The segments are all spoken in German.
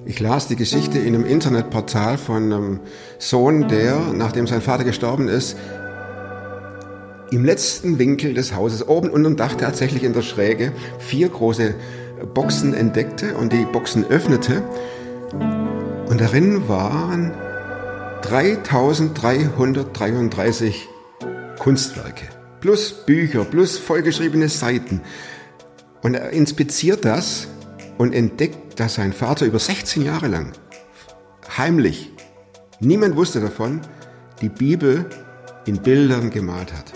Ich las die Geschichte in einem Internetportal von einem Sohn, der, nachdem sein Vater gestorben ist, im letzten Winkel des Hauses, oben unterm Dach tatsächlich in der Schräge, 4 große Boxen entdeckte und die Boxen öffnete. Und darin waren 3333 Kunstwerke, plus Bücher, plus vollgeschriebene Seiten. Und er inspiziert das und entdeckt, dass sein Vater über 16 Jahre lang heimlich, niemand wusste davon, die Bibel in Bildern gemalt hat.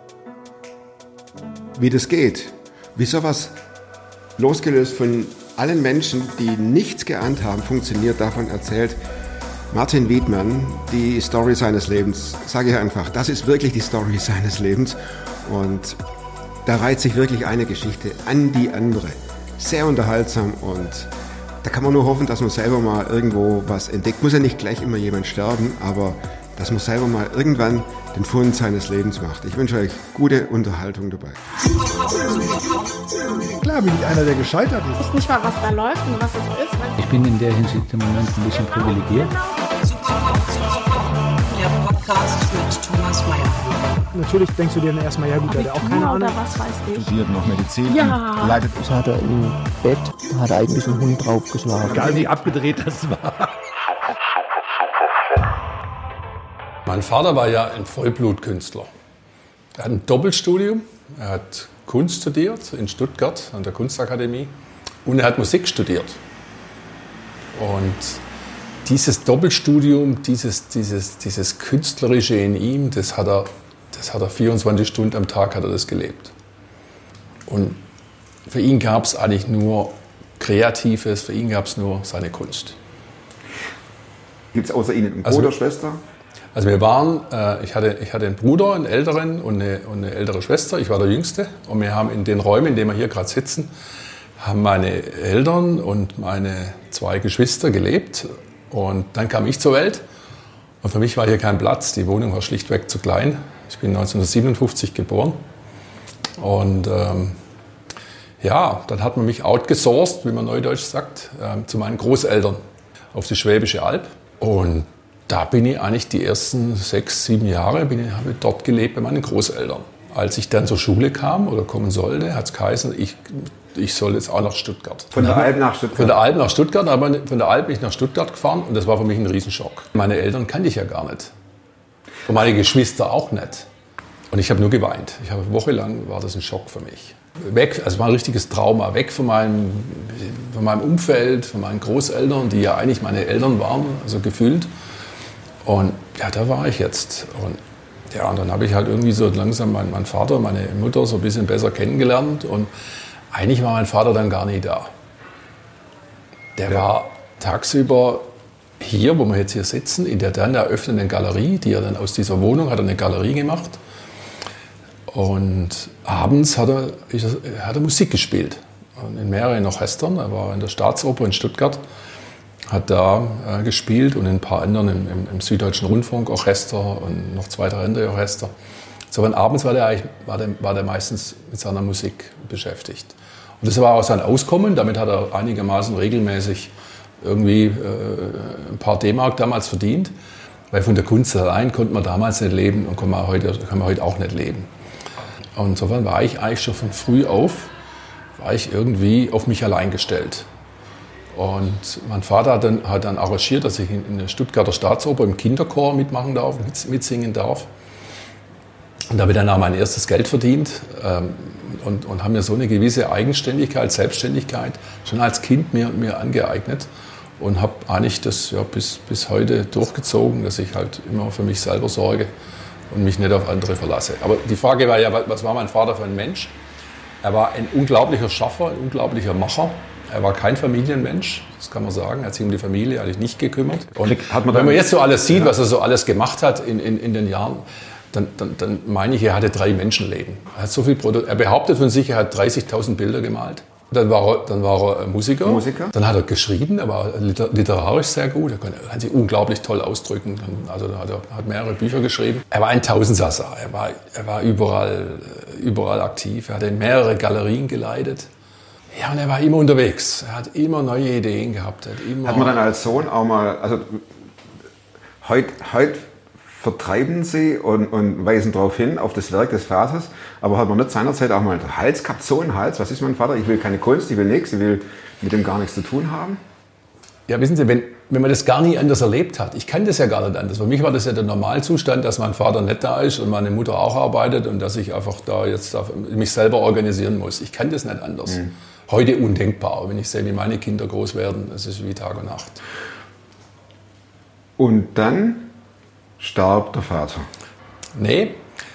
Wie das geht, wie sowas losgelöst von allen Menschen, die nichts geahnt haben, funktioniert, davon erzählt Martin Wiedmann die Story seines Lebens. Sage ich einfach, das ist wirklich die Story seines Lebens und da reiht sich wirklich eine Geschichte an die andere. Sehr unterhaltsam und da kann man nur hoffen, dass man selber mal irgendwo was entdeckt. Muss ja nicht gleich immer jemand sterben, aber dass man selber mal irgendwann den Fund seines Lebens macht. Ich wünsche euch gute Unterhaltung dabei. Klar bin ich einer, der gescheitert ist. Ich weiß nicht mal, was da läuft und was es ist. Ich bin in der Hinsicht im Moment ein bisschen privilegiert. Der Podcast mit Thomas Mayer. Natürlich denkst du dir dann erstmal, ja gut, der hat auch keine Ahnung. Oder was weiß ich. Studiert noch Medizin. Ja. Leidet. Das hat er im Bett, hat er eigentlich einen Hund draufgeschlagen. Egal wie abgedreht das war. Mein Vater war ja ein Vollblutkünstler. Er hat ein Doppelstudium. Er hat Kunst studiert in Stuttgart an der Kunstakademie und er hat Musik studiert. Und dieses Doppelstudium, dieses Künstlerische in ihm, das hat er 24 Stunden am Tag hat er das gelebt. Und für ihn gab es eigentlich nur Kreatives, für ihn gab es nur seine Kunst. Gibt es außer Ihnen einen Bruder, Schwester? Also wir waren, ich hatte einen Bruder, einen älteren und eine ältere Schwester. Ich war der Jüngste und wir haben in den Räumen, in denen wir hier gerade sitzen, haben meine Eltern und meine 2 Geschwister gelebt. Und dann kam ich zur Welt und für mich war hier kein Platz. Die Wohnung war schlichtweg zu klein. Ich bin 1957 geboren und dann hat man mich outgesourced, wie man neudeutsch sagt, zu meinen Großeltern auf die Schwäbische Alb. Und da bin ich eigentlich die ersten 6, 7 Jahre habe ich dort gelebt bei meinen Großeltern. Als ich dann zur Schule kam oder kommen sollte, hat es geheißen, ich soll jetzt auch nach Stuttgart. Von der Alb nach Stuttgart? Von der Alb nach Stuttgart, aber von der Alb bin ich nach Stuttgart gefahren und das war für mich ein Riesenschock. Meine Eltern kannte ich ja gar nicht. Und meine Geschwister auch nicht. Und ich habe nur geweint. Wochenlang war das ein Schock für mich. Weg, also war ein richtiges Trauma, weg von meinem Umfeld, von meinen Großeltern, die ja eigentlich meine Eltern waren, also gefühlt. Und ja, da war ich jetzt. Und dann habe ich halt irgendwie so langsam meinen Vater, meine Mutter so ein bisschen besser kennengelernt. Und eigentlich war mein Vater dann gar nicht da. Der war tagsüber hier, wo wir jetzt hier sitzen, in der dann eröffnenden Galerie, die er dann aus dieser Wohnung hat er eine Galerie gemacht. Und abends hat er Musik gespielt. Und in mehreren Orchestern. Er war in der Staatsoper in Stuttgart. Hat da gespielt und in ein paar anderen im Süddeutschen Rundfunkorchester und noch 2, 3 andere Orchester. So, und abends war der meistens mit seiner Musik beschäftigt. Und das war auch sein Auskommen, damit hat er einigermaßen regelmäßig irgendwie ein paar D-Mark damals verdient. Weil von der Kunst allein konnte man damals nicht leben und kann man heute auch nicht leben. Und insofern war ich eigentlich schon von früh auf, irgendwie auf mich allein gestellt. Und mein Vater hat dann arrangiert, dass ich in der Stuttgarter Staatsoper im Kinderchor mitmachen darf, mitsingen darf. Und da habe ich dann auch mein erstes Geld verdient und habe mir so eine gewisse Eigenständigkeit, Selbstständigkeit schon als Kind mir angeeignet und habe eigentlich das bis heute durchgezogen, dass ich halt immer für mich selber sorge und mich nicht auf andere verlasse. Aber die Frage war ja, was war mein Vater für ein Mensch? Er war ein unglaublicher Schaffer, ein unglaublicher Macher. Er war kein Familienmensch, das kann man sagen. Er hat sich um die Familie eigentlich nicht gekümmert. Und wenn man jetzt so alles sieht, was er so alles gemacht hat in den Jahren, dann meine ich, er hatte 3 Menschenleben. Er behauptet von sich, er hat 30.000 Bilder gemalt. Dann war er Musiker. Dann hat er geschrieben, er war literarisch sehr gut. Er kann sich unglaublich toll ausdrücken. Also hat mehrere Bücher geschrieben. Er war ein Tausendsasser. Er war überall aktiv. Er hatte mehrere Galerien geleitet. Ja, und er war immer unterwegs. Er hat immer neue Ideen gehabt. Hat man dann als Sohn auch mal, also heute vertreiben Sie und weisen darauf hin, auf das Werk des Vaters, aber hat man nicht seinerzeit auch mal einen Hals gehabt, so einen Hals, was ist mein Vater, ich will keine Kunst, ich will nichts, ich will mit dem gar nichts zu tun haben? Ja, wissen Sie, wenn man das gar nie anders erlebt hat, ich kann das ja gar nicht anders. Für mich war das ja der Normalzustand, dass mein Vater nicht da ist und meine Mutter auch arbeitet und dass ich einfach da jetzt mich selber organisieren muss. Ich kann das nicht anders. Heute undenkbar, wenn ich sehe, wie meine Kinder groß werden, es ist wie Tag und Nacht. Und dann starb der Vater. Nee,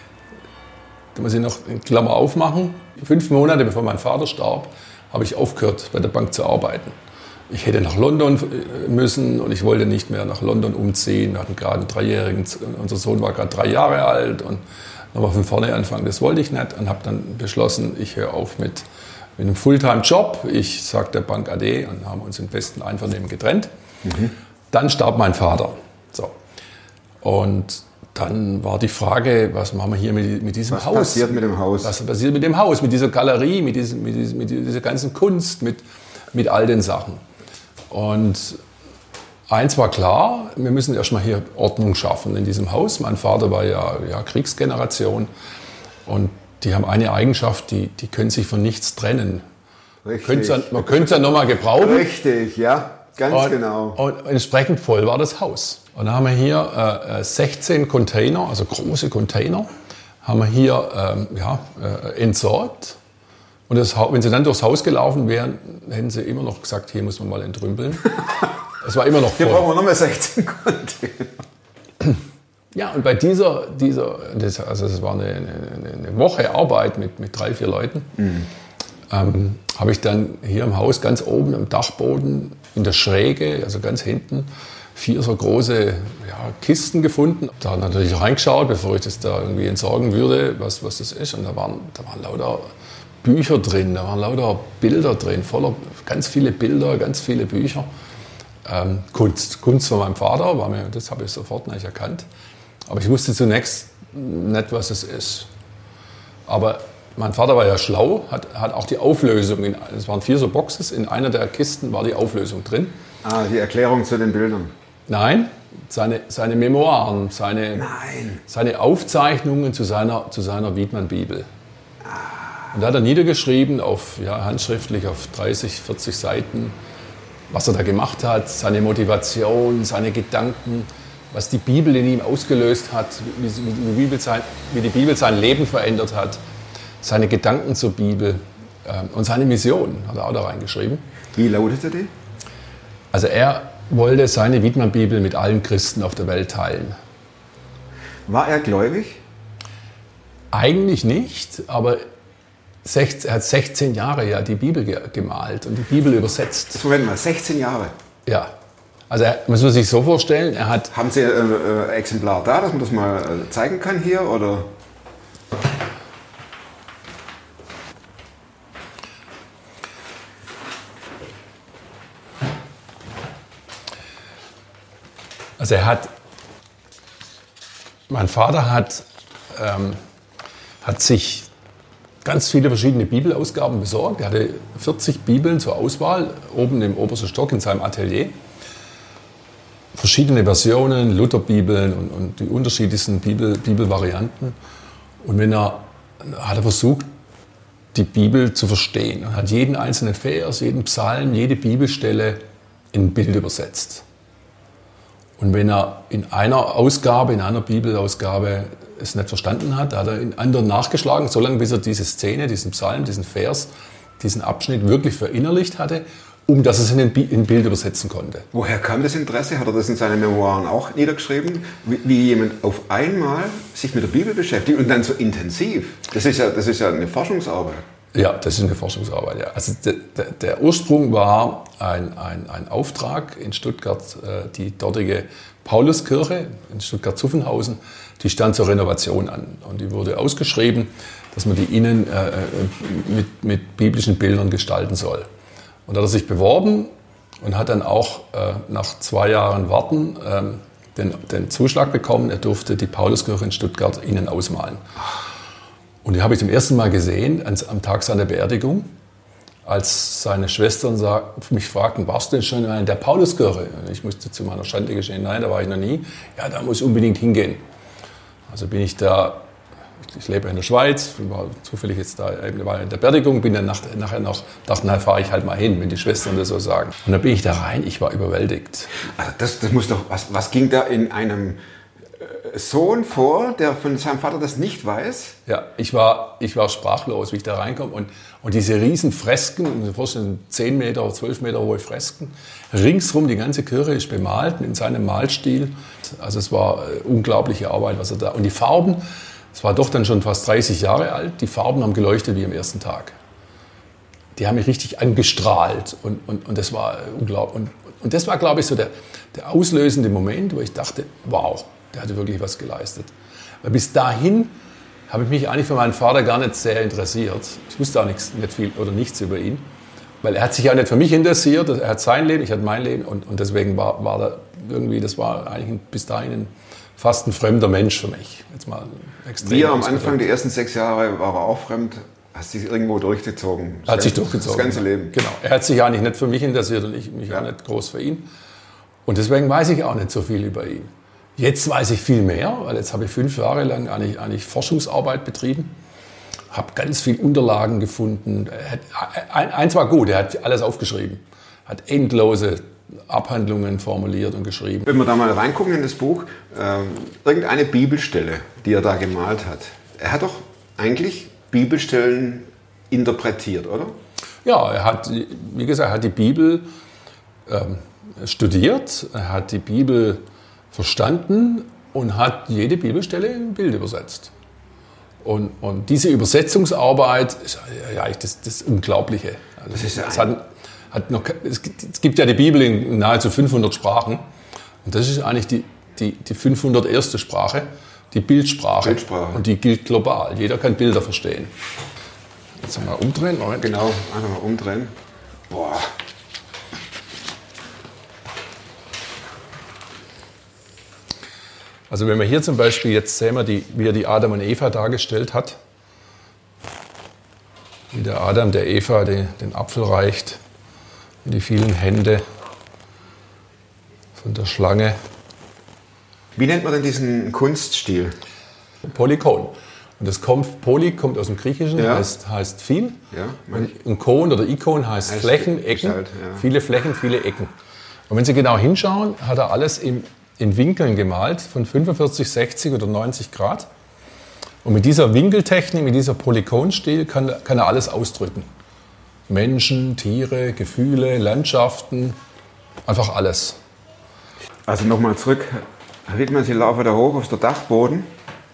da muss ich noch eine Klammer aufmachen. 5 Monate bevor mein Vater starb, habe ich aufgehört, bei der Bank zu arbeiten. Ich hätte nach London müssen und ich wollte nicht mehr nach London umziehen. Wir hatten gerade einen 3-jährigen, unser Sohn war gerade 3 Jahre alt und nochmal von vorne anfangen, das wollte ich nicht und habe dann beschlossen, ich höre auf mit einem Fulltime-Job. Ich sage der Bank Ade und haben uns im besten Einvernehmen getrennt. Dann starb mein Vater. So. Und dann war die Frage, was machen wir hier mit diesem Haus? Was passiert mit dem Haus? Was passiert mit dem Haus, mit dieser Galerie, mit dieser ganzen Kunst, mit all den Sachen? Und eins war klar, wir müssen erstmal hier Ordnung schaffen in diesem Haus. Mein Vater war ja Kriegsgeneration und die haben eine Eigenschaft, die können sich von nichts trennen. Richtig. Man könnte es ja nochmal gebrauchen. Richtig, ja, ganz genau. Und entsprechend voll war das Haus. Und dann haben wir hier 16 Container, also große Container, haben wir hier entsorgt. Und wenn sie dann durchs Haus gelaufen wären, hätten sie immer noch gesagt, hier muss man mal entrümpeln. Es war immer noch voll. Hier brauchen wir nochmal 16 Container. Ja, und bei das war eine Woche Arbeit mit 3-4 Leuten, habe ich dann hier im Haus ganz oben am Dachboden in der Schräge, also ganz hinten, 4 so große Kisten gefunden. Da natürlich reingeschaut, bevor ich das da irgendwie entsorgen würde, was das ist. Und da waren lauter Bücher drin, da waren lauter Bilder drin, ganz viele Bilder, ganz viele Bücher. Kunst von meinem Vater, das habe ich sofort nicht erkannt. Aber ich wusste zunächst nicht, was es ist. Aber mein Vater war ja schlau, hat auch die Auflösung, es waren 4 so Boxes, in einer der Kisten war die Auflösung drin. Ah, die Erklärung zu den Bildern. Nein, seine Memoiren, seine Aufzeichnungen zu seiner Wiedmann-Bibel. Und da hat er niedergeschrieben, handschriftlich auf 30, 40 Seiten, was er da gemacht hat, seine Motivation, seine Gedanken, was die Bibel in ihm ausgelöst hat, wie die Bibel sein Leben verändert hat, seine Gedanken zur Bibel und seine Mission hat er auch da reingeschrieben. Wie lautete die? Also er wollte seine Wiedmann-Bibel mit allen Christen auf der Welt teilen. War er gläubig? Eigentlich nicht, aber er hat 16 Jahre die Bibel gemalt und die Bibel übersetzt. Moment mal, 16 Jahre? Ja. Also muss man sich so vorstellen, er hat... Haben Sie ein Exemplar da, dass man das mal zeigen kann hier, oder? Also mein Vater hat sich ganz viele verschiedene Bibelausgaben besorgt. Er hatte 40 Bibeln zur Auswahl, oben im obersten Stock in seinem Atelier. Verschiedene Versionen, Lutherbibeln und die unterschiedlichsten Bibelvarianten. Und hat er versucht, die Bibel zu verstehen. Er hat jeden einzelnen Vers, jeden Psalm, jede Bibelstelle in ein Bild übersetzt. Und wenn er in einer Bibelausgabe es nicht verstanden hat, hat er in anderen nachgeschlagen, solange bis er diese Szene, diesen Psalm, diesen Vers, diesen Abschnitt wirklich verinnerlicht hatte, dass er es in ein Bild übersetzen konnte. Woher kam das Interesse? Hat er das in seinen Memoiren auch niedergeschrieben? Wie jemand auf einmal sich mit der Bibel beschäftigt und dann so intensiv? Das ist ja eine Forschungsarbeit. Ja, das ist eine Forschungsarbeit. Ja. Also der Ursprung war ein Auftrag in Stuttgart, die dortige Pauluskirche in Stuttgart-Zuffenhausen, die stand zur Renovation an. Und die wurde ausgeschrieben, dass man die innen mit biblischen Bildern gestalten soll. Und da hat er sich beworben und hat dann auch nach 2 Jahren Warten den Zuschlag bekommen, er durfte die Pauluskirche in Stuttgart innen ausmalen. Und die habe ich zum ersten Mal gesehen am Tag seiner Beerdigung. als seine Schwestern mich fragten, warst du denn schon in der Pauluskirche? Und ich musste zu meiner Schande gestehen, nein, da war ich noch nie. Ja, da muss ich unbedingt hingehen. Also bin ich da, ich lebe in der Schweiz, war zufällig jetzt da, war in der Beerdigung, bin dann nachher noch, dachte, na, fahre ich halt mal hin, wenn die Schwestern das so sagen. Und dann bin ich da rein, ich war überwältigt. Also das muss doch, was ging da in einem Sohn vor, der von seinem Vater das nicht weiß? Ja, ich war sprachlos, wie ich da reinkomme. Und diese riesen Fresken, ich muss mir vorstellen, 10 Meter oder 12 Meter hohe Fresken, ringsrum die ganze Kirche ist bemalt in seinem Malstil. Also es war unglaubliche Arbeit, was er da... Und die Farben, es war doch dann schon fast 30 Jahre alt, die Farben haben geleuchtet wie am ersten Tag. Die haben mich richtig angestrahlt und das war unglaublich. Und das war, glaube ich, so der auslösende Moment, wo ich dachte, wow, der hatte wirklich was geleistet. Weil bis dahin habe ich mich eigentlich für meinen Vater gar nicht sehr interessiert. Ich wusste auch nicht viel oder nichts über ihn. Weil er hat sich ja nicht für mich interessiert. Er hat sein Leben, ich hatte mein Leben. Und deswegen war da irgendwie, das war eigentlich bis dahin fast ein fremder Mensch für mich. Jetzt mal extrem. Wie am Anfang, die ersten 6 Jahre, war er auch fremd. Hast sich irgendwo durchgezogen? Hat sich durchgezogen. Das ganze Leben. Genau. Er hat sich eigentlich nicht für mich interessiert und ich mich auch nicht groß für ihn. Und deswegen weiß ich auch nicht so viel über ihn. Jetzt weiß ich viel mehr, weil jetzt habe ich 5 Jahre lang eigentlich Forschungsarbeit betrieben, habe ganz viele Unterlagen gefunden. Eins war gut, er hat alles aufgeschrieben, hat endlose Abhandlungen formuliert und geschrieben. Wenn wir da mal reingucken in das Buch, irgendeine Bibelstelle, die er da gemalt hat. Er hat doch eigentlich Bibelstellen interpretiert, oder? Ja, er hat, wie gesagt, er hat die Bibel studiert, er hat die Bibel verstanden und hat jede Bibelstelle in ein Bild übersetzt. Und diese Übersetzungsarbeit ist ja eigentlich das Unglaubliche. Also es gibt ja die Bibel in nahezu 500 Sprachen und das ist eigentlich die 501. Sprache, die Bildsprache. Und die gilt global. Jeder kann Bilder verstehen. Jetzt mal umdrehen. Moment. Genau, einfach mal umdrehen. Boah. Also wenn wir hier zum Beispiel, jetzt sehen wir, wie er die Adam und Eva dargestellt hat. Wie der Adam der Eva den Apfel reicht. Und die vielen Hände von der Schlange. Wie nennt man denn diesen Kunststil? Polykon. Und Poly kommt aus dem Griechischen, ja. heißt viel. Ja, und Kon oder Ikon heißt Flächen, Ecken. Halt, ja. Viele Flächen, viele Ecken. Und wenn Sie genau hinschauen, hat er alles in Winkeln gemalt, von 45, 60 oder 90 Grad. Und mit dieser Winkeltechnik, mit dieser Polykonstil kann er alles ausdrücken. Menschen, Tiere, Gefühle, Landschaften, einfach alles. Also nochmal zurück. Herr Wittmann, Sie laufen da hoch auf der Dachboden,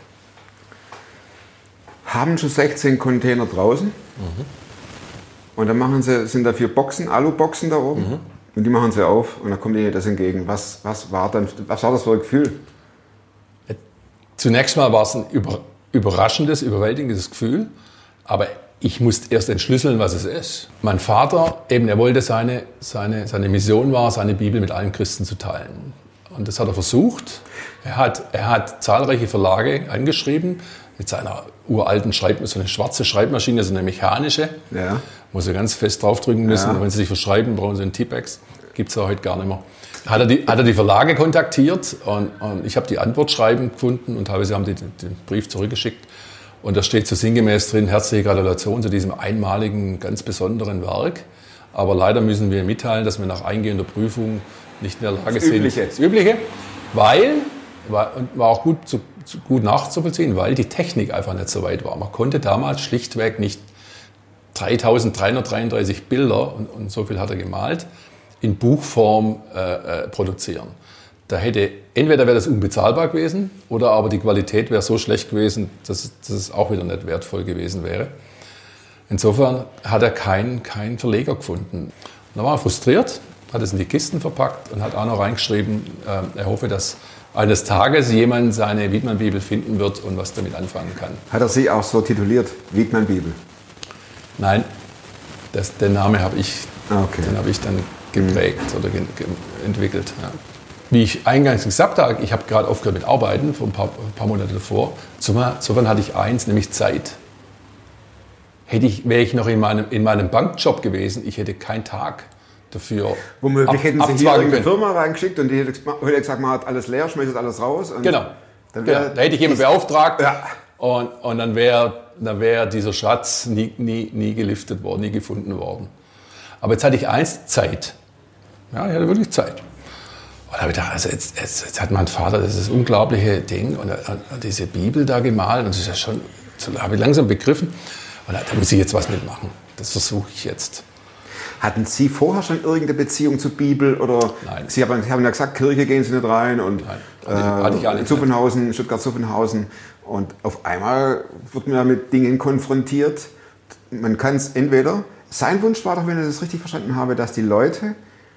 haben schon 16 Container draußen und dann sind da 4 Boxen, Aluboxen da oben und die machen Sie auf und dann kommt Ihnen das entgegen. Was war das für ein Gefühl? Zunächst mal war es ein überraschendes, überwältigendes Gefühl, aber ich musste erst entschlüsseln, was es ist. Mein Vater, er wollte seine Mission war, seine Bibel mit allen Christen zu teilen. Und das hat er versucht. Er hat zahlreiche Verlage angeschrieben mit seiner uralten so eine schwarze Schreibmaschine, so eine mechanische, wo Sie ganz fest draufdrücken müssen. Und wenn Sie sich verschreiben, brauchen Sie einen Tippex. Gibt es ja heute gar nicht mehr. Hat er die Verlage kontaktiert und ich habe die Antwortschreiben gefunden und teilweise haben die den Brief zurückgeschickt. Und da steht so sinngemäß drin, herzliche Gratulation zu diesem einmaligen, ganz besonderen Werk. Aber leider müssen wir mitteilen, dass wir nach eingehender Prüfung nicht in der Lage sind. Das Übliche. War auch gut nachzuvollziehen, weil die Technik einfach nicht so weit war. Man konnte damals schlichtweg nicht 3.333 Bilder, und so viel hat er gemalt, in Buchform produzieren. Entweder wäre das unbezahlbar gewesen, oder aber die Qualität wäre so schlecht gewesen, dass es auch wieder nicht wertvoll gewesen wäre. Insofern hat er keinen Verleger gefunden. Und dann war er frustriert, hat es in die Kisten verpackt und hat auch noch reingeschrieben, er hoffe, dass eines Tages jemand seine Widmann-Bibel finden wird und was damit anfangen kann. Hat er Sie auch so tituliert, Widmann-Bibel? Nein, den Namen habe ich, den habe ich dann geprägt oder entwickelt. Ja. Wie ich eingangs gesagt habe, ich habe gerade aufgehört mit Arbeiten, vor ein paar Monate davor. Insofern hatte ich eins, nämlich Zeit. wäre ich noch in meinem Bankjob gewesen, ich hätte keinen Tag dafür Womöglich hätten sie hier in die können. Firma reingeschickt und die hätte gesagt, man hat alles leer, schmeißt alles raus. Und Genau. Dann Da hätte ich jemanden beauftragt Ja. und dann wäre dieser Schatz nie geliftet worden, nie gefunden worden. Aber jetzt hatte ich Zeit. Ja, ich hatte wirklich Zeit. Und da habe ich gedacht, also jetzt hat mein Vater das unglaubliche Ding und diese Bibel da gemalt. Und das ist ja schon, so habe ich langsam begriffen. Und da muss ich jetzt was mitmachen. Das versuche ich jetzt. Hatten Sie vorher schon irgendeine Beziehung zur Bibel? Oder Nein. Sie haben ja gesagt, Kirche gehen Sie nicht rein und Hatte ich alles Zuffenhausen, Stuttgart-Zuffenhausen. Und auf einmal wird man ja mit Dingen konfrontiert. Man kann es entweder, sein Wunsch war doch, wenn ich das richtig verstanden habe, dass die Leute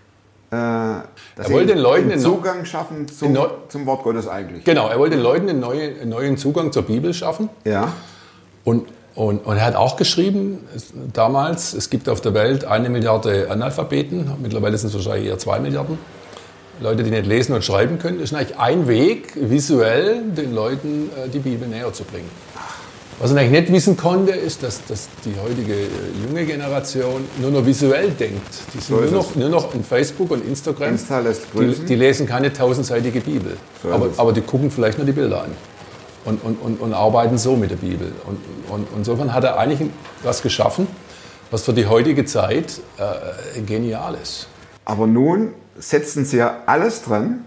dass wollte den Leuten einen Zugang schaffen zum Wort Gottes eigentlich. Genau, er wollte den Leuten einen neuen Zugang zur Bibel schaffen. Ja. Und er hat auch geschrieben, damals, es gibt auf der Welt 1 Milliarde Analphabeten, mittlerweile sind es wahrscheinlich eher 2 Milliarden. Leute, die nicht lesen und schreiben können. Das ist eigentlich ein Weg, visuell den Leuten die Bibel näher zu bringen. Was er eigentlich nicht wissen konnte, ist, dass die heutige junge Generation nur noch visuell denkt. Die sind nur noch in Facebook und Instagram. Insta lässt grüßen. Die lesen keine 1000-seitige Bibel. Aber die gucken vielleicht nur die Bilder an. Und arbeiten so mit der Bibel. Und insofern hat er eigentlich was geschaffen, was für die heutige Zeit genial ist. Aber nun setzen Sie ja alles dran,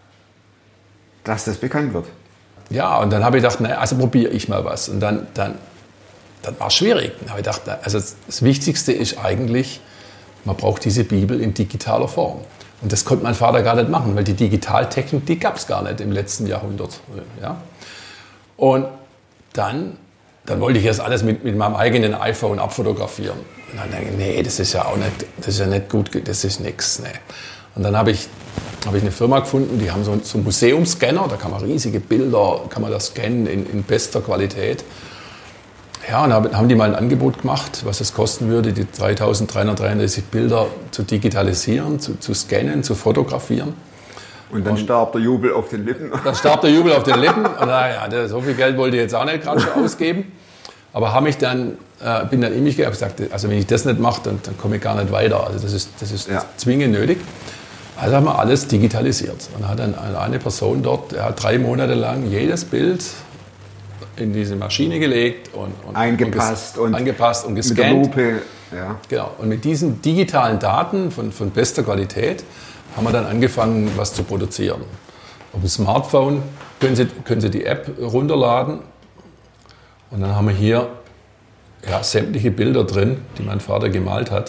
dass das bekannt wird. Ja, und dann habe ich gedacht, naja, also probiere ich mal was. Und dann war es schwierig. Dann habe ich gedacht, also das Wichtigste ist eigentlich, man braucht diese Bibel in digitaler Form. Und das konnte mein Vater gar nicht machen, weil die Digitaltechnik, die gab es gar nicht im letzten Jahrhundert. Ja? Und dann wollte ich das alles mit meinem eigenen iPhone abfotografieren. Und dann denke ich, nee, das ist ja nicht gut, das ist nichts. Nee. Und dann habe ich eine Firma gefunden, die haben so einen Museumscanner, da kann man riesige Bilder, kann man das scannen in bester Qualität. Ja, und dann haben die mal ein Angebot gemacht, was es kosten würde, die 3333 Bilder zu digitalisieren, zu scannen, zu fotografieren. Und dann starb der Jubel auf den Lippen. Dann starb der Jubel auf den Lippen. Und naja, so viel Geld wollte ich jetzt auch nicht gerade schon ausgeben. Aber bin dann in mich gegangen und gesagt, also wenn ich das nicht mache, dann komme ich gar nicht weiter. Also das ist zwingend nötig. Also haben wir alles digitalisiert. Und hat dann eine Person dort, er hat 3 Monate lang jedes Bild in diese Maschine gelegt und angepasst und gescannt. Mit der Lupe, ja. Genau. Und mit diesen digitalen Daten von bester Qualität haben wir dann angefangen, was zu produzieren. Auf dem Smartphone können Sie die App runterladen und dann haben wir hier sämtliche Bilder drin, die mein Vater gemalt hat.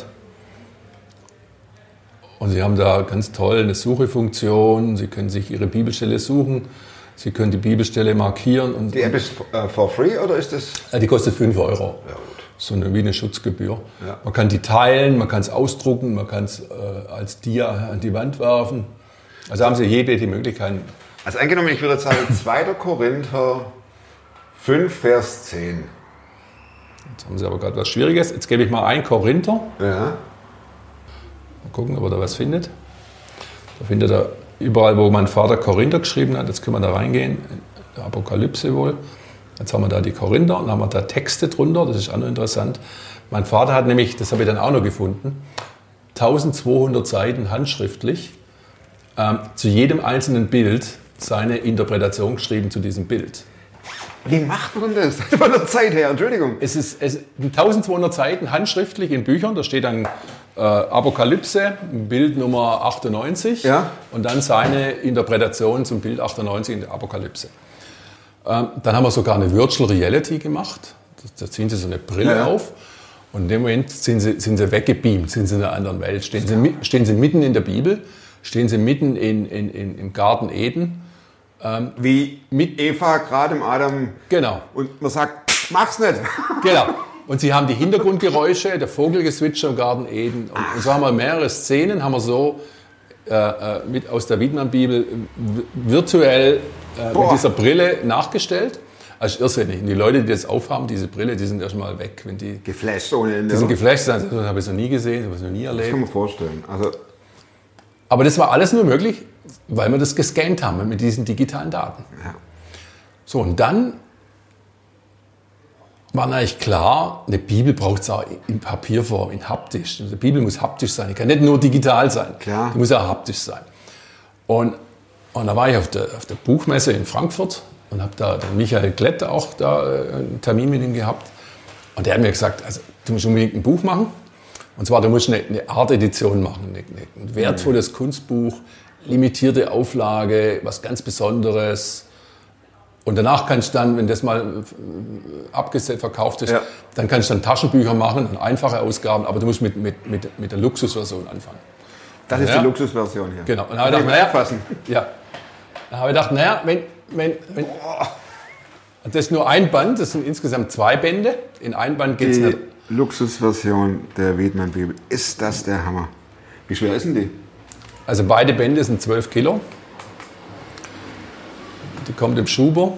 Und Sie haben da ganz toll eine Suchefunktion, Sie können sich Ihre Bibelstelle suchen, Sie können die Bibelstelle markieren. Und die App ist for free oder ist das? Die kostet 5 €. Ja, gut. So wie eine Schutzgebühr. Ja. Man kann die teilen, man kann es ausdrucken, man kann es als Dia an die Wand werfen. Also haben Sie jede Möglichkeit. Also angenommen, ich würde sagen 2. Korinther 5, Vers 10. Jetzt haben Sie aber gerade was Schwieriges. Jetzt gebe ich mal 1 Korinther. Ja. Mal gucken, ob er da was findet. Da findet er überall, wo mein Vater Korinther geschrieben hat. Jetzt können wir da reingehen. In der Apokalypse wohl. Jetzt haben wir da die Korinther und haben wir da Texte drunter. Das ist auch noch interessant. Mein Vater hat nämlich, das habe ich dann auch noch gefunden, 1200 Seiten handschriftlich zu jedem einzelnen Bild seine Interpretation geschrieben zu diesem Bild. Wie macht man das? Von der Zeit her, Entschuldigung. Es ist 1200 Seiten handschriftlich in Büchern. Da steht dann Apokalypse, Bild Nummer 98 und dann seine Interpretation zum Bild 98 in der Apokalypse. Dann haben wir sogar eine Virtual Reality gemacht. Da ziehen Sie so eine Brille auf und in dem Moment sind Sie weggebeamt, sind Sie in einer anderen Welt. Stehen Sie mitten in der Bibel, stehen Sie mitten im Garten Eden. Wie mit Eva gerade im Adam. Genau. Und man sagt, mach's nicht. Genau. Und Sie haben die Hintergrundgeräusche, der Vogelgezwitscher im Garten Eden. Und so haben wir mehrere Szenen, haben wir so mit aus der Wiedemann-Bibel virtuell mit dieser Brille nachgestellt. Also irrsinnig. Und die Leute, die das aufhaben, diese Brille, die sind erstmal weg. Wenn die geflasht ohne Ende. Die sind geflasht, das habe ich noch nie gesehen, das habe ich noch nie erlebt. Das kann man vorstellen. Also aber das war alles nur möglich, weil wir das gescannt haben mit diesen digitalen Daten. Ja. So, und dann war eigentlich klar, eine Bibel braucht es auch in Papierform, in haptisch. Die Bibel muss haptisch sein, die kann nicht nur digital sein, Klar. die muss auch haptisch sein. Und da war ich auf der Buchmesse in Frankfurt und habe da den Michael Klett auch da einen Termin mit ihm gehabt. Und der hat mir gesagt, also, du musst unbedingt ein Buch machen. Und zwar, du musst eine Art-Edition machen, ein wertvolles Kunstbuch, limitierte Auflage, was ganz Besonderes. Und danach kannst du dann, wenn das mal abgesetzt, verkauft ist, dann kannst du dann Taschenbücher machen und einfache Ausgaben, aber du musst mit der Luxusversion anfangen. Das ist die Luxusversion hier. Genau. Und dann habe ich gedacht, dann habe ich gedacht, naja, wenn das ist nur ein Band, das sind insgesamt 2 Bände. In ein Band geht es nicht. Die Luxusversion der Wiedmann-Bibel, ist das der Hammer? Wie schwer ist denn die? Also beide Bände sind 12 Kilo. Die kommt im Schuber.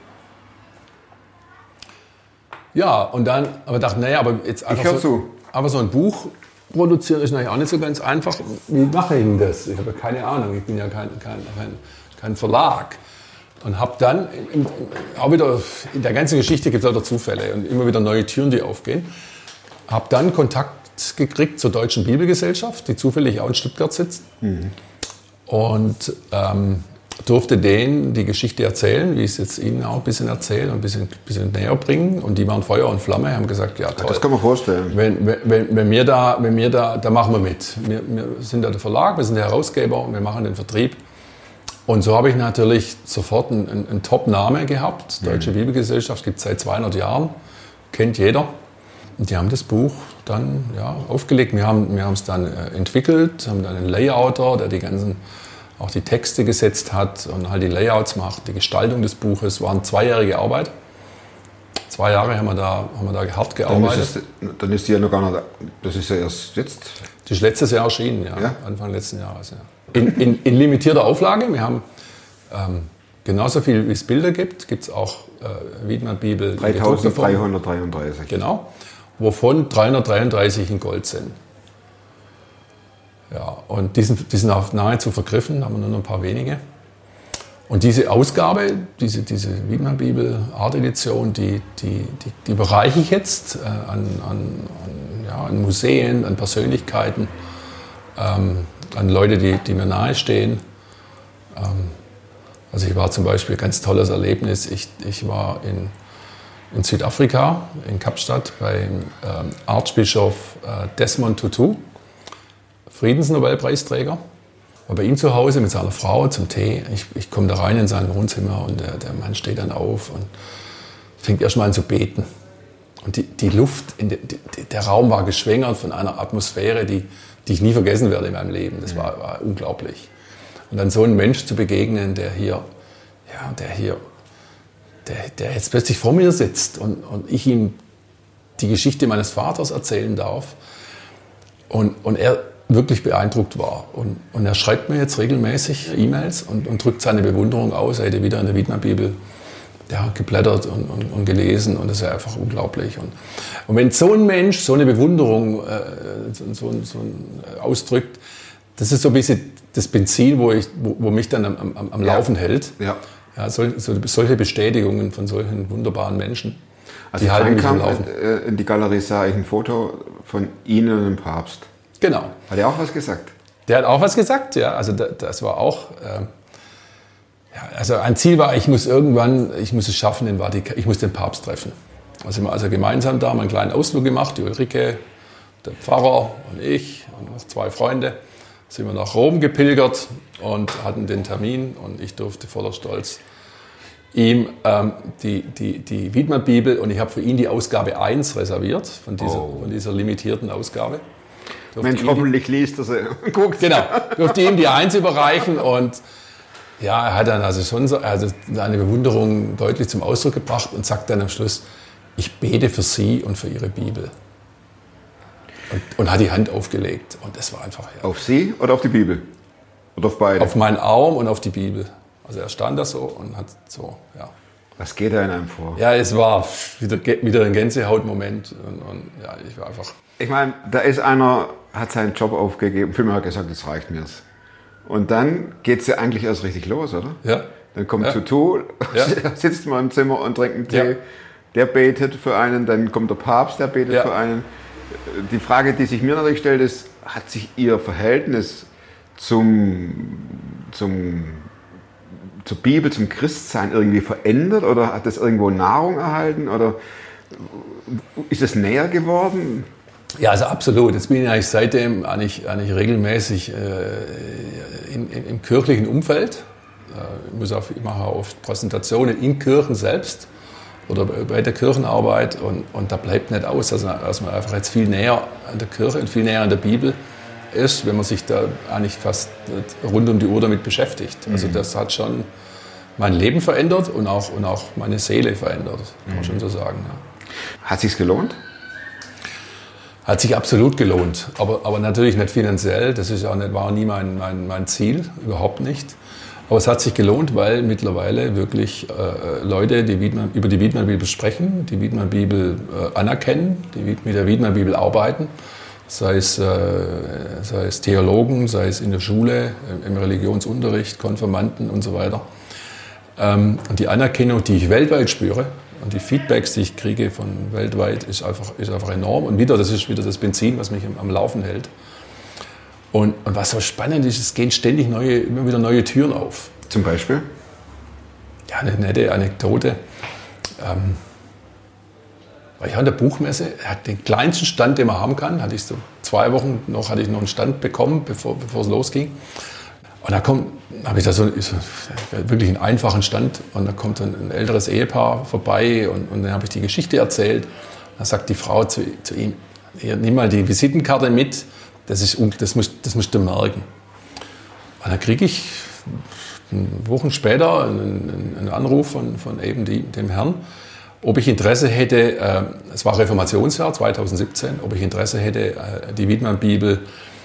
Ja, und dann, aber dachte, naja, aber jetzt einfach aber so ein Buch produzieren ist natürlich auch nicht so ganz einfach. Wie mache ich denn das? Ich habe ja keine Ahnung, ich bin ja kein Verlag. Und habe dann, auch wieder, in der ganzen Geschichte gibt es lauter Zufälle und immer wieder neue Türen, die aufgehen. Habe dann Kontakt gekriegt zur Deutschen Bibelgesellschaft, die zufällig auch in Stuttgart sitzt. Und durfte denen die Geschichte erzählen, wie ich es jetzt Ihnen auch ein bisschen erzähle und ein bisschen näher bringen. Und die waren Feuer und Flamme, haben gesagt, ja toll. Das kann man vorstellen. Wenn wir da machen wir mit. Wir sind da der Verlag, wir sind der Herausgeber und wir machen den Vertrieb. Und so habe ich natürlich sofort einen Top-Name gehabt. Deutsche Bibelgesellschaft gibt es seit 200 Jahren, kennt jeder. Und die haben das Buch dann aufgelegt. Wir haben es dann entwickelt, haben dann einen Layouter, der auch die Texte gesetzt hat und halt die Layouts macht, die Gestaltung des Buches. War eine 2-jährige Arbeit. 2 Jahre haben wir da hart gearbeitet. Dann ist die ja noch gar nicht, das ist ja erst jetzt. Die ist letztes Jahr erschienen, Anfang letzten Jahres. Ja. In limitierter Auflage. Wir haben genauso viel, wie es Bilder gibt, gibt es auch Wiedmann-Bibel. 3333. Genau, wovon 333 in Gold sind. Ja, und die sind auch nahezu vergriffen, haben wir nur noch ein paar wenige. Und diese Ausgabe, diese Wiedmann-Bibel Art-Edition, die überreiche ich jetzt an Museen, an Persönlichkeiten, an Leute, die mir nahestehen. Also ich war zum Beispiel, ganz tolles Erlebnis, ich war in Südafrika, in Kapstadt, beim Erzbischof Desmond Tutu, Friedensnobelpreisträger. War bei ihm zu Hause mit seiner Frau zum Tee. Ich komme da rein in sein Wohnzimmer und der Mann steht dann auf und fängt erstmal an zu beten. Und die Luft, der Raum war geschwängert von einer Atmosphäre, die ich nie vergessen werde in meinem Leben. Das war unglaublich. Und dann so einem Mensch zu begegnen, der jetzt plötzlich vor mir sitzt und ich ihm die Geschichte meines Vaters erzählen darf und er wirklich beeindruckt war. Und er schreibt mir jetzt regelmäßig E-Mails und drückt seine Bewunderung aus. Er hätte wieder in der Wiedmann-Bibel geblättert und gelesen und das ist ja einfach unglaublich. Und wenn so ein Mensch so eine Bewunderung so ausdrückt, das ist so ein bisschen das Benzin, wo mich dann am Laufen hält. Ja. Ja, solche Bestätigungen von solchen wunderbaren Menschen, die halten mich am Laufen. In die Galerie sah ich ein Foto von Ihnen und dem Papst. Genau. Hat er auch was gesagt? Der hat auch was gesagt, ja. Also das war auch... Also ein Ziel war, ich muss es schaffen, ich muss den Papst treffen. Also wir also gemeinsam da haben einen kleinen Ausflug gemacht, die Ulrike, der Pfarrer und ich und noch 2 Freunde. Sind wir nach Rom gepilgert und hatten den Termin und ich durfte voller Stolz ihm die Wiedmann-Bibel und ich habe für ihn die Ausgabe 1 reserviert von dieser limitierten Ausgabe. Mensch, hoffentlich liest er sie und guckt. Genau, durfte ihm die 1 überreichen und ja, er hat dann also schon seine Bewunderung deutlich zum Ausdruck gebracht und sagt dann am Schluss, ich bete für Sie und für Ihre Bibel. Und hat die Hand aufgelegt und das war einfach... Ja. Auf Sie oder auf die Bibel? Oder auf beide? Auf meinen Arm und auf die Bibel. Also er stand da so und hat so, ja. Was geht da in einem vor? Ja, es war wieder ein Gänsehautmoment und ja, ich war einfach... Ich meine, da ist einer, hat seinen Job aufgegeben, vielmehr hat gesagt, jetzt reicht mir's. Und dann geht es ja eigentlich erst richtig los, oder? Ja. Dann kommt Tutu, sitzt mal im Zimmer und trinkt einen Tee. der betet für einen, dann kommt der Papst, der betet für einen. Die Frage, die sich mir natürlich stellt, ist, hat sich Ihr Verhältnis zur Bibel, zum Christsein irgendwie verändert oder hat es irgendwo Nahrung erhalten oder ist es näher geworden? Ja, also absolut. Jetzt bin ich eigentlich seitdem eigentlich regelmäßig im kirchlichen Umfeld. Ich mache oft Präsentationen in Kirchen selbst oder bei der Kirchenarbeit und da bleibt nicht aus, dass man einfach jetzt viel näher an der Kirche und viel näher an der Bibel ist, wenn man sich da eigentlich fast rund um die Uhr damit beschäftigt. Also das hat schon mein Leben verändert und auch meine Seele verändert, kann man schon so sagen. Ja. Hat sich's gelohnt? Hat sich absolut gelohnt, aber natürlich nicht finanziell. Das war nie mein Ziel, überhaupt nicht. Aber es hat sich gelohnt, weil mittlerweile wirklich Leute über die Widmer-Bibel sprechen, die Widmer-Bibel anerkennen, die mit der Widmer-Bibel arbeiten. Sei es Theologen, sei es in der Schule, im Religionsunterricht, Konfirmanden und so weiter. Und die Anerkennung, die ich weltweit spüre und die Feedbacks, die ich kriege von weltweit, ist einfach enorm. Und das ist wieder das Benzin, was mich am Laufen hält. Und was so spannend ist, es gehen ständig immer wieder neue Türen auf. Zum Beispiel? Ja, eine nette Anekdote. War ich an der Buchmesse, hat den kleinsten Stand, den man haben kann, hatte ich so 2 Wochen noch einen Stand bekommen, bevor es losging. Und da habe ich da so wirklich einen einfachen Stand und da kommt ein älteres Ehepaar vorbei und dann habe ich die Geschichte erzählt. Da sagt die Frau zu ihm, nimm mal die Visitenkarte mit, das musst du merken. Und dann kriege ich Wochen später einen Anruf von eben dem Herrn, ob ich Interesse hätte, es war Reformationsjahr 2017, ob ich Interesse hätte, die Widmer-Bibel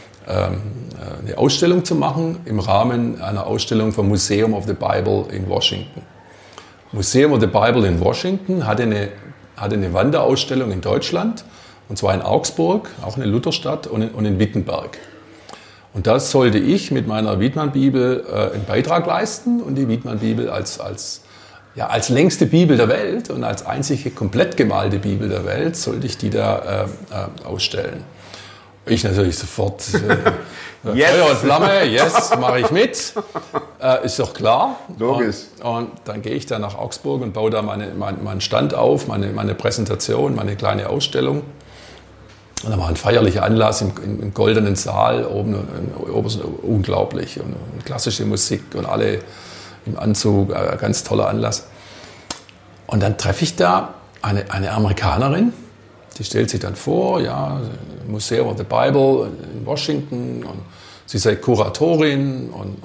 eine Ausstellung zu machen im Rahmen einer Ausstellung vom Museum of the Bible in Washington. Museum of the Bible in Washington hatte eine Wanderausstellung in Deutschland, und zwar in Augsburg, auch eine Lutherstadt, und in Wittenberg. Und da sollte ich mit meiner Widmer-Bibel einen Beitrag leisten und die Widmer-Bibel als längste Bibel der Welt und als einzige komplett gemalte Bibel der Welt sollte ich die da ausstellen. Ich natürlich sofort Feuer und Flamme, yes, mache ich mit, ist doch klar. Logisch. Und dann gehe ich da nach Augsburg und baue da meinen Stand auf, meine Präsentation, meine kleine Ausstellung. Und dann war ein feierlicher Anlass im goldenen Saal, oben unglaublich und klassische Musik und alle im Anzug, ganz toller Anlass. Und dann treffe ich da eine Amerikanerin, die stellt sich dann vor, ja, Museum of the Bible in Washington und sie sei Kuratorin und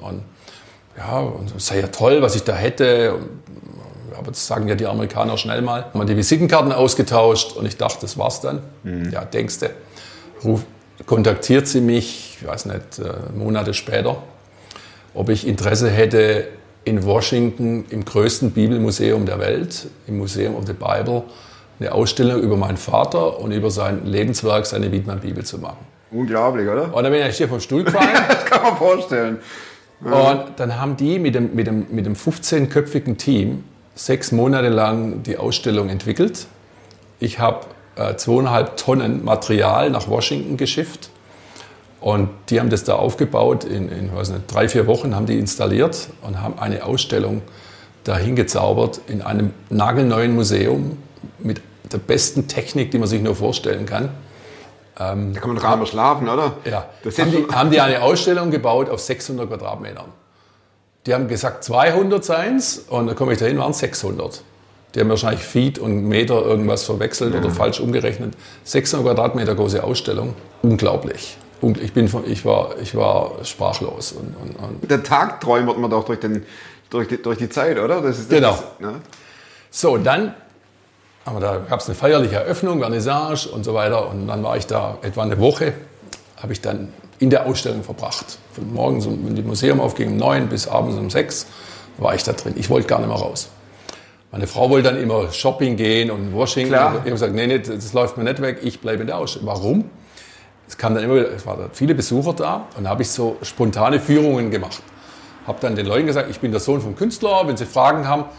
es sei ja toll, was ich da hätte. Aber das sagen ja die Amerikaner schnell mal. Haben die Visitenkarten ausgetauscht und ich dachte, das war's dann. Ja, denkste, kontaktiert sie mich, ich weiß nicht, Monate später, ob ich Interesse hätte, in Washington im größten Bibelmuseum der Welt, im Museum of the Bible, eine Ausstellung über meinen Vater und über sein Lebenswerk, seine Widmer-Bibel zu machen. Unglaublich, oder? Und dann bin ich hier vom Stuhl gefallen. Das kann man vorstellen. Und dann haben die mit dem 15-köpfigen Team 6 Monate lang die Ausstellung entwickelt. Ich habe 2,5 Tonnen Material nach Washington geschifft. Und die haben das da aufgebaut, in 3-4 Wochen haben die installiert und haben eine Ausstellung dahin gezaubert in einem nagelneuen Museum mit der besten Technik, die man sich nur vorstellen kann. Da kann man doch gar nicht mehr schlafen, oder? Ja, haben die eine Ausstellung gebaut auf 600 Quadratmetern. Die haben gesagt 200 seien's und dann komme ich dahin, waren es 600. Die haben wahrscheinlich Feet und Meter irgendwas verwechselt oder falsch umgerechnet. 600 Quadratmeter große Ausstellung, unglaublich. Ich war sprachlos. Und der Tag träumt man doch durch die Zeit, oder? Genau. So, dann gab es eine feierliche Eröffnung, Vernissage und so weiter. Und dann war ich da etwa eine Woche, habe ich dann in der Ausstellung verbracht. Von morgens, wenn das Museum aufging, um 9 bis abends um 6 war ich da drin. Ich wollte gar nicht mehr raus. Meine Frau wollte dann immer shopping gehen und Washington. Klar. Ich habe gesagt, nee, das läuft mir nicht weg, ich bleibe in der Ausstellung. Warum? Es waren viele Besucher da und da habe ich so spontane Führungen gemacht. Habe dann den Leuten gesagt, ich bin der Sohn vom Künstler, wenn sie Fragen haben.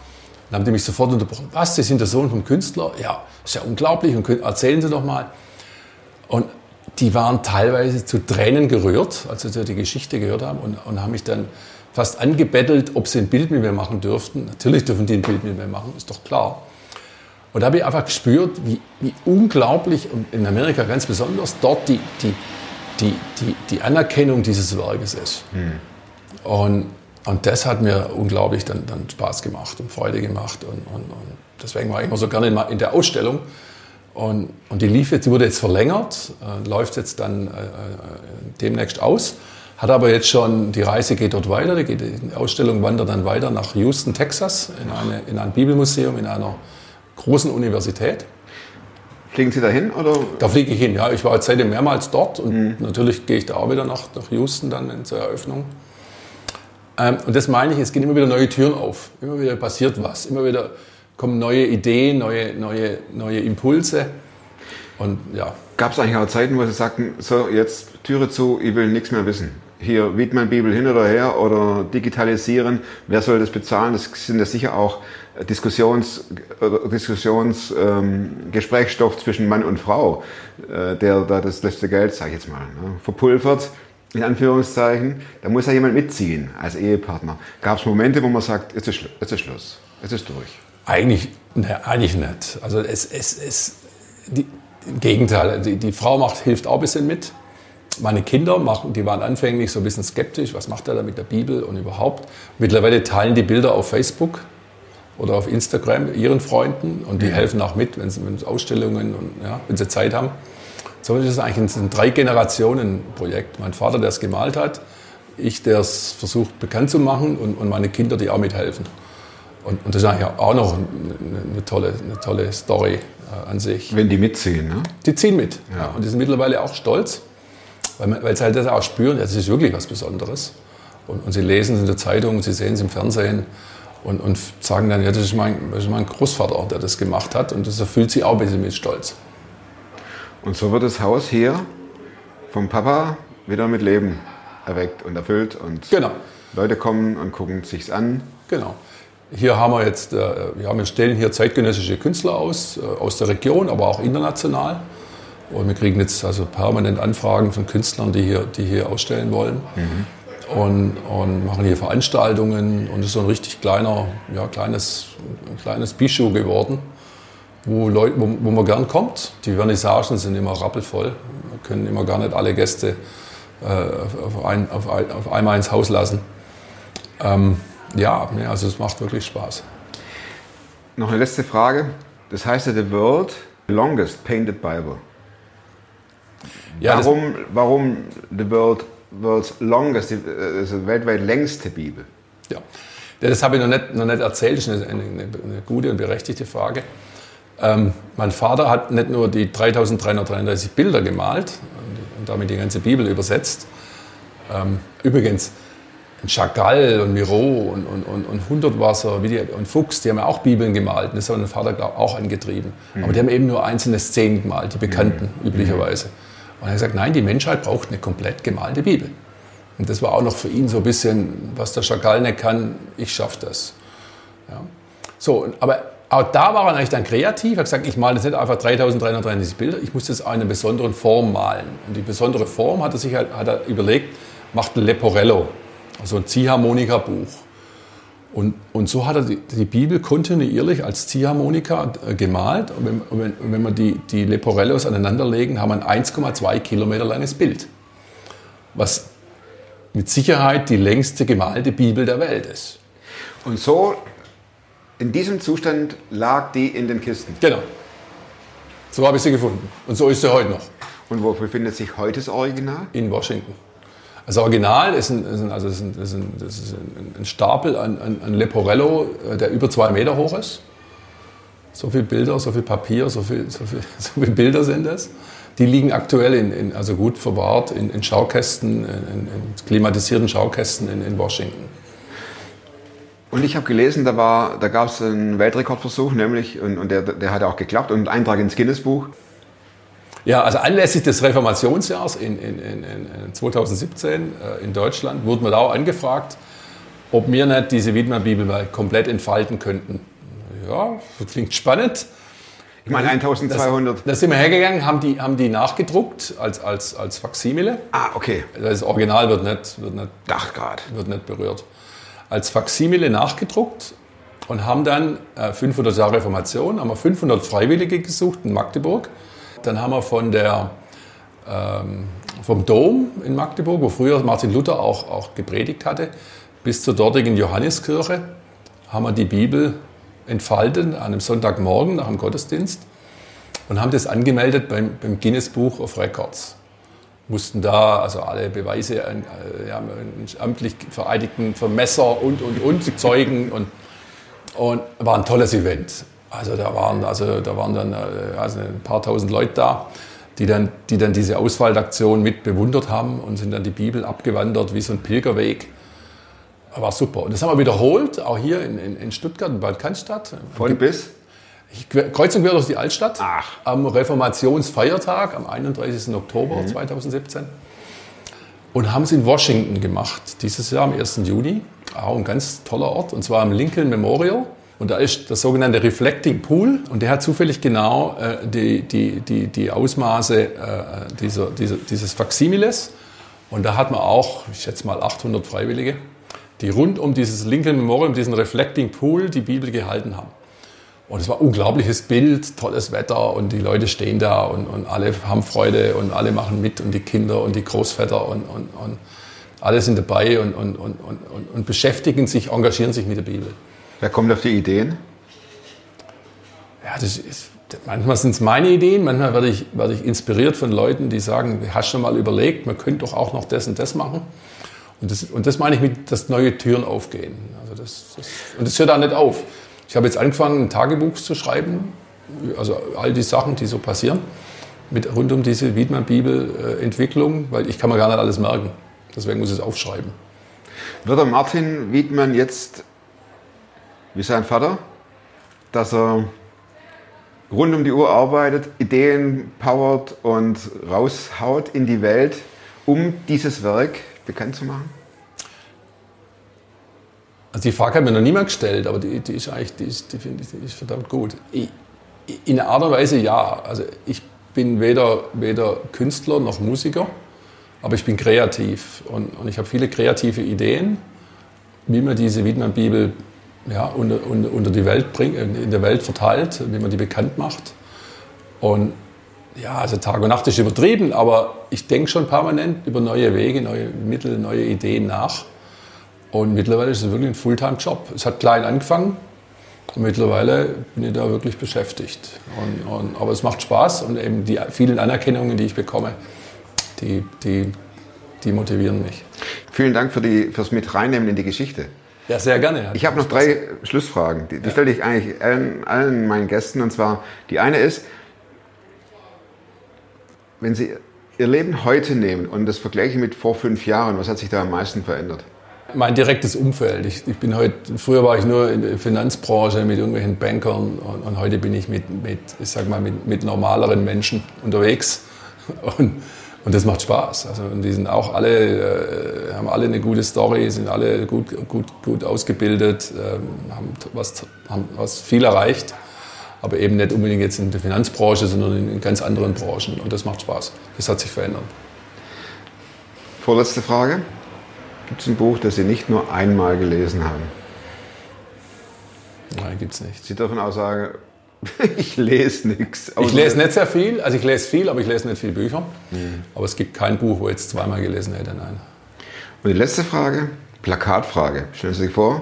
Dann haben die mich sofort unterbrochen. Was, Sie sind der Sohn vom Künstler? Ja, ist ja unglaublich. Und erzählen Sie doch mal. Und die waren teilweise zu Tränen gerührt, als sie die Geschichte gehört haben und haben mich dann fast angebettelt, ob sie ein Bild mit mir machen dürften. Natürlich dürfen die ein Bild mit mir machen, ist doch klar. Und da habe ich einfach gespürt, wie unglaublich, und in Amerika ganz besonders, dort die Anerkennung dieses Werkes ist. Und das hat mir unglaublich dann Spaß gemacht und Freude gemacht. Und deswegen war ich immer so gerne in der Ausstellung. Und die wurde jetzt verlängert, läuft jetzt dann demnächst aus. Hat aber jetzt schon, die Reise geht dort weiter. Die Ausstellung wandert dann weiter nach Houston, Texas, in ein Bibelmuseum, in einer großen Universität. Fliegen Sie dahin, oder? Da fliege ich hin, ja. Ich war jetzt seitdem mehrmals dort und natürlich gehe ich da auch wieder nach Houston dann zur Eröffnung. Und das meine ich, es gehen immer wieder neue Türen auf. Immer wieder passiert was. Immer wieder kommen neue Ideen, neue Impulse. Und ja. Gab es eigentlich auch Zeiten, wo Sie sagten, so jetzt Türe zu, ich will nichts mehr wissen. Hier Widmann Bibel hin oder her oder digitalisieren, wer soll das bezahlen? Das sind ja sicher auch Gesprächsstoff zwischen Mann und Frau, der da das letzte Geld, sag ich jetzt mal, verpulvert, in Anführungszeichen. Da muss ja jemand mitziehen als Ehepartner. Gab es Momente, wo man sagt, jetzt ist Schluss, jetzt ist durch? Eigentlich nicht. Also im Gegenteil, die Frau hilft auch ein bisschen mit. Meine Kinder die waren anfänglich so ein bisschen skeptisch, was macht er da mit der Bibel und überhaupt. Mittlerweile teilen die Bilder auf Facebook oder auf Instagram ihren Freunden und die helfen auch mit, wenn sie Ausstellungen und wenn sie Zeit haben. So ist es eigentlich ein 3-Generationen-Projekt. Mein Vater, der es gemalt hat, ich, der es versucht bekannt zu machen und meine Kinder, die auch mithelfen. Und das ist eigentlich auch noch eine tolle Story an sich. Wenn die mitziehen, ne? Die ziehen mit. Ja. Und die sind mittlerweile auch stolz, weil sie halt das auch spüren, das ist wirklich was Besonderes. Und sie lesen es in der Zeitung, sie sehen es im Fernsehen und sagen dann, ja, das ist mein Großvater, der das gemacht hat. Und das erfüllt sie auch ein bisschen mit Stolz. Und so wird das Haus hier vom Papa wieder mit Leben erweckt und erfüllt. Und genau. Leute kommen und gucken es sich an. Genau. Hier haben wir jetzt, wir stellen hier zeitgenössische Künstler aus der Region, aber auch international. Und wir kriegen jetzt also permanent Anfragen von Künstlern, die hier ausstellen wollen. Und machen hier Veranstaltungen. Und es ist so ein richtig kleines Bischof geworden, wo man gern kommt. Die Vernissagen sind immer rappelvoll. Wir können immer gar nicht alle Gäste auf einmal ins Haus lassen. Also es macht wirklich Spaß. Noch eine letzte Frage. Das heißt ja The World Longest Painted Bible. Ja, warum The World's Longest, also weltweit längste Bibel? Ja, das habe ich noch nicht erzählt. Das ist eine gute und berechtigte Frage. Mein Vater hat nicht nur die 3333 Bilder gemalt und damit die ganze Bibel übersetzt. Übrigens, Chagall und Miro und Hundertwasser und Fuchs, die haben ja auch Bibeln gemalt. Das hat mein Vater auch angetrieben. Aber die haben eben nur einzelne Szenen gemalt, die bekannten üblicherweise. Und er hat gesagt, nein, die Menschheit braucht eine komplett gemalte Bibel. Und das war auch noch für ihn so ein bisschen, was der Chagall nicht kann, ich schaffe das. Ja. So, aber auch da war er eigentlich dann kreativ. Er hat gesagt, ich male jetzt nicht einfach 3333 Bilder, ich muss das in einer besonderen Form malen. Und die besondere Form hat er überlegt, macht ein Leporello. Also ein Ziehharmonika-Buch. Und so hat er die Bibel kontinuierlich als Ziehharmonika gemalt. Und wenn wir die Leporellos aneinanderlegen, haben wir ein 1,2 Kilometer langes Bild. Was mit Sicherheit die längste gemalte Bibel der Welt ist. Und so, in diesem Zustand lag die in den Kisten? Genau. So habe ich sie gefunden. Und so ist sie heute noch. Und wo befindet sich heute das Original? In Washington. Das Original ist ein Stapel an Leporello, der über 2 Meter hoch ist. So viele Bilder, so viel Papier, so viele Bilder sind es. Die liegen aktuell also gut verwahrt in Schaukästen, in klimatisierten Schaukästen in Washington. Und ich habe gelesen, da gab es einen Weltrekordversuch, nämlich, und der hat auch geklappt, und einen Eintrag ins Guinness-Buch. Ja, also anlässlich des Reformationsjahrs in 2017 in Deutschland wurden wir da auch angefragt, ob wir nicht diese Widmann-Bibel mal komplett entfalten könnten. ja, klingt spannend. Ich meine 1200. Da sind wir hergegangen, haben die nachgedruckt als Faksimile. Ah, okay. Das Original wird nicht berührt. Als Faksimile nachgedruckt und haben dann 500 Jahre Reformation, haben wir 500 Freiwillige gesucht in Magdeburg. Dann haben wir vom Dom in Magdeburg, wo früher Martin Luther auch gepredigt hatte, bis zur dortigen Johanneskirche, haben wir die Bibel entfaltet an einem Sonntagmorgen nach dem Gottesdienst und haben das angemeldet beim Guinness Book of Records. Mussten da also alle Beweise amtlich vereidigten Vermesser und Zeugen und war ein tolles Event. Also da waren dann ein paar tausend Leute da, die dann diese Auswahldaktion mit bewundert haben und sind dann die Bibel abgewandert wie so ein Pilgerweg. War super. Und das haben wir wiederholt, auch hier in Stuttgart, in Bad Cannstatt. Von bis? Kreuz und quer durch die Altstadt. Ach. Am Reformationsfeiertag, am 31. Oktober 2017. Und haben es in Washington gemacht, dieses Jahr am 1. Juni. Auch ein ganz toller Ort, und zwar am Lincoln Memorial. Und da ist das sogenannte Reflecting Pool. Und der hat zufällig genau die Ausmaße dieses Faksimiles. Und da hat man auch, ich schätze mal 800 Freiwillige, die rund um dieses Lincoln Memorial, um diesen Reflecting Pool, die Bibel gehalten haben. Und es war ein unglaubliches Bild, tolles Wetter und die Leute stehen da und alle haben Freude und alle machen mit und die Kinder und die Großväter und alle sind dabei und beschäftigen sich, engagieren sich mit der Bibel. Wer kommt auf die Ideen? Ja, manchmal sind es meine Ideen, manchmal werde ich inspiriert von Leuten, die sagen, hast du schon mal überlegt, man könnte doch auch noch das und das machen. Und das meine ich mit, dass neue Türen aufgehen. Also und das hört auch nicht auf. Ich habe jetzt angefangen, ein Tagebuch zu schreiben, also all die Sachen, die so passieren, rund um diese Wiedmann-Bibel-Entwicklung, weil ich kann mir gar nicht alles merken. Deswegen muss ich es aufschreiben. Wird der Martin Wiedmann jetzt, wie sein Vater, dass er rund um die Uhr arbeitet, Ideen powert und raushaut in die Welt, um dieses Werk bekannt zu machen? Also die Frage hat mir noch niemand gestellt, aber die ist eigentlich, die finde ich verdammt gut. In einer Art und Weise ja. Also ich bin weder Künstler noch Musiker, aber ich bin kreativ und ich habe viele kreative Ideen, wie man diese Wiedmann-Bibel unter die Welt bringt, in der Welt verteilt, wie man die bekannt macht. Und ja, also Tag und Nacht ist übertrieben, aber ich denke schon permanent über neue Wege, neue Mittel, neue Ideen nach. Und mittlerweile ist es wirklich ein Fulltime-Job. Es hat klein angefangen und mittlerweile bin ich da wirklich beschäftigt. Aber es macht Spaß und eben die vielen Anerkennungen, die ich bekomme, die motivieren mich. Vielen Dank fürs Mitreinnehmen in die Geschichte. Ja, sehr gerne. Ich habe noch 3 Schlussfragen. Die stelle ich eigentlich allen meinen Gästen. Und zwar, die eine ist, wenn Sie Ihr Leben heute nehmen und das vergleichen mit vor 5 Jahren, was hat sich da am meisten verändert? Mein direktes Umfeld. Früher war ich nur in der Finanzbranche mit irgendwelchen Bankern und heute bin ich mit normaleren Menschen unterwegs und das macht Spaß. Also, und die sind auch haben alle eine gute Story, sind alle gut ausgebildet, haben was viel erreicht, aber eben nicht unbedingt jetzt in der Finanzbranche, sondern in ganz anderen Branchen und das macht Spaß. Das hat sich verändert. Vorletzte Frage. Gibt es ein Buch, das Sie nicht nur einmal gelesen haben? Nein, gibt es nicht. Sie dürfen auch sagen, ich lese nichts. Ich lese nicht sehr viel. Also ich lese viel, aber ich lese nicht viele Bücher. Aber es gibt kein Buch, wo ich jetzt 2-mal gelesen hätte. Nein. Und die letzte Frage, Plakatfrage. Stellen Sie sich vor,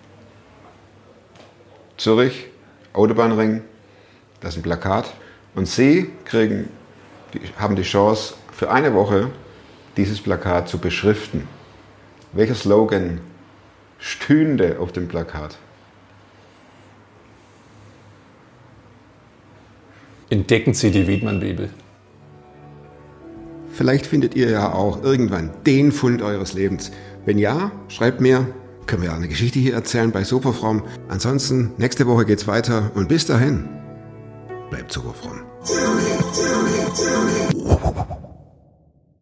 Zürich, Autobahnring, das ist ein Plakat. Und Sie haben die Chance, für eine Woche dieses Plakat zu beschriften. Welcher Slogan stünde auf dem Plakat? Entdecken Sie die Wiedmann-Bibel. Vielleicht findet ihr ja auch irgendwann den Fund eures Lebens. Wenn ja, schreibt mir, können wir ja eine Geschichte hier erzählen bei Superfromm. Ansonsten, nächste Woche geht's weiter und bis dahin, bleibt superfromm.